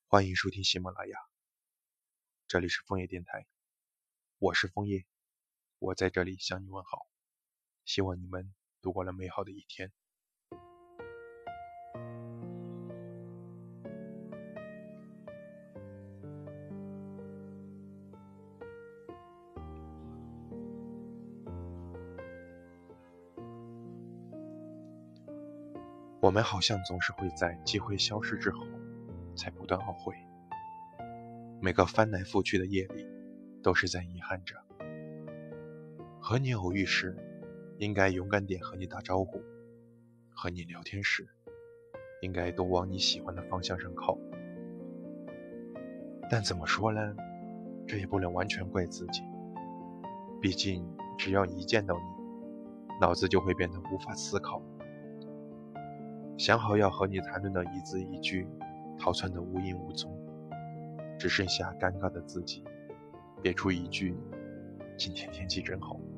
欢迎收听喜马拉雅，这里是枫叶电台，我是枫叶，我在这里向你问好，希望你们度过了美好的一天。我们好像总是会在机会消失之后才不断懊悔，每个翻来覆去的夜里都是在遗憾着。和你偶遇时应该勇敢点和你打招呼，和你聊天时应该都往你喜欢的方向上靠。但怎么说呢，这也不能完全怪自己，毕竟只要一见到你，脑子就会变得无法思考，想好要和你谈论的一字一句逃窜得无影无踪，只剩下尴尬的自己憋出一句今天天气真好。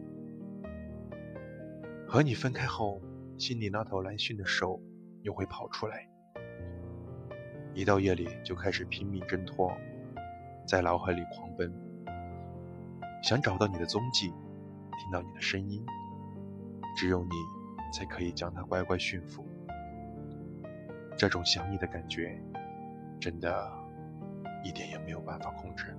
和你分开后，心里那头来讯的手又会跑出来，一到夜里就开始拼命挣脱，在脑海里狂奔，想找到你的踪迹，听到你的声音，只有你才可以将它乖乖驯服。这种想你的感觉真的一点也没有办法控制。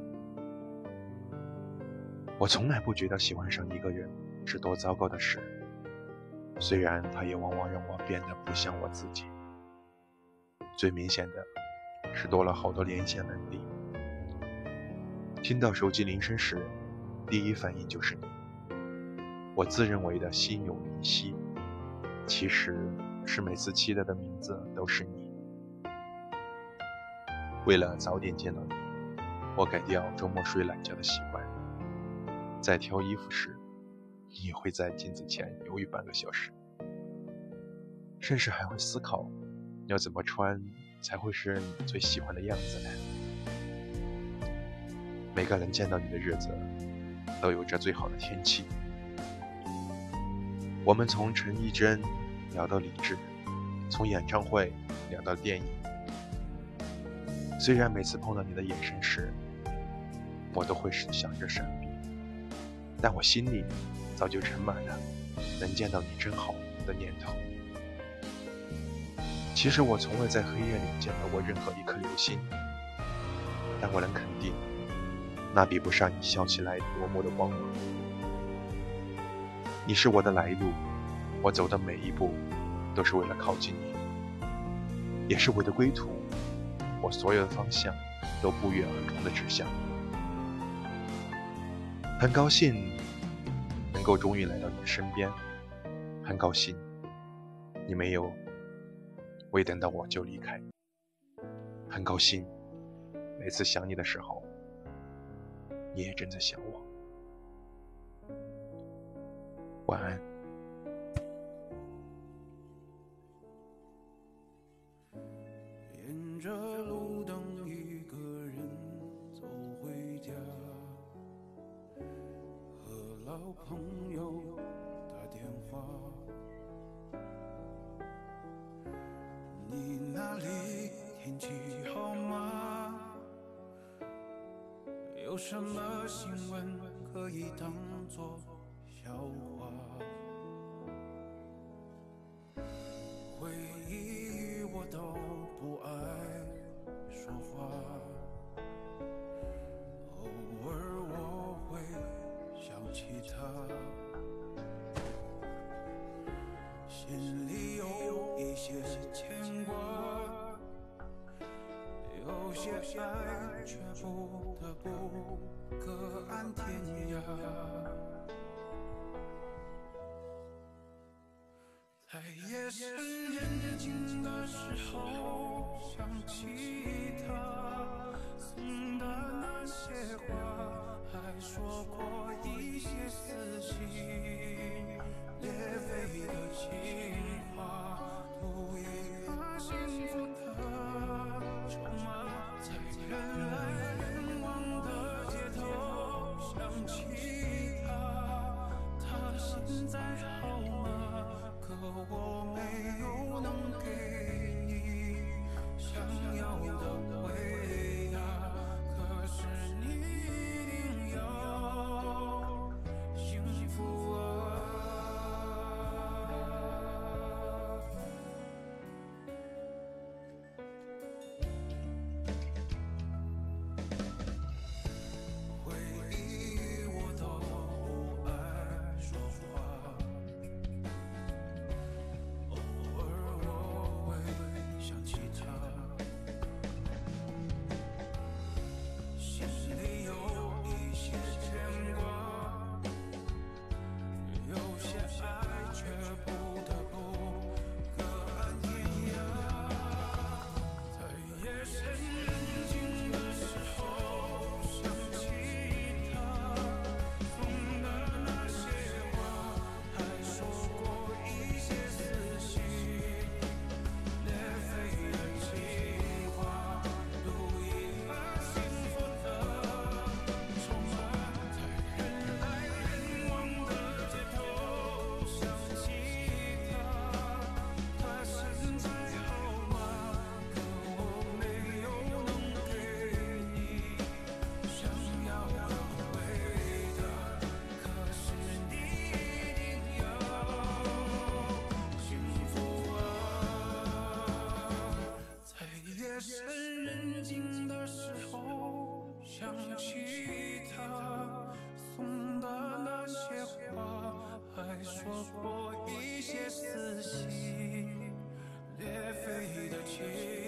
我从来不觉得喜欢上一个人是多糟糕的事，虽然它也往往让我变得不像我自己。最明显的是多了好多连线能力，听到手机铃声时第一反应就是你，我自认为的心有灵犀，其实是每次期待的名字都是你。为了早点见到你，我改掉周末睡懒觉的习惯，在挑衣服时你也会在镜子前犹豫半个小时，甚至还会思考要怎么穿才会是你最喜欢的样子呢？每个能见到你的日子都有着最好的天气，我们从陈绮贞聊到李志，从演唱会聊到电影。虽然每次碰到你的眼神时我都会想着闪避，但我心里早就盛满了能见到你真好的念头。其实我从未在黑夜里见到过任何一颗流星，但我能肯定，那比不上你笑起来多么的光芒。你是我的来路，我走的每一步都是为了靠近你，也是我的归途，我所有的方向都不约而同地指向你。很高兴能够终于来到你的身边，很高兴你没有未等到我就离开，很高兴每次想你的时候你也正在想我。晚安。 沿着路灯一个人走回家，和老朋友打电话，你那里天气好吗？有什么新闻可以当作笑话？回忆我都不爱说话，偶尔我会想起他，心里有一些牵挂，有些爱却不得不各安天涯。在夜深人静的时候，想起他送的那些话，还说过一些撕心裂肺的情话，图一个幸福的筹码，在人来人往的街头想起他，他现在好吗？可我没有能给你想夜深人静的时候，想起他送的那些话，还说过一些撕心裂肺的情。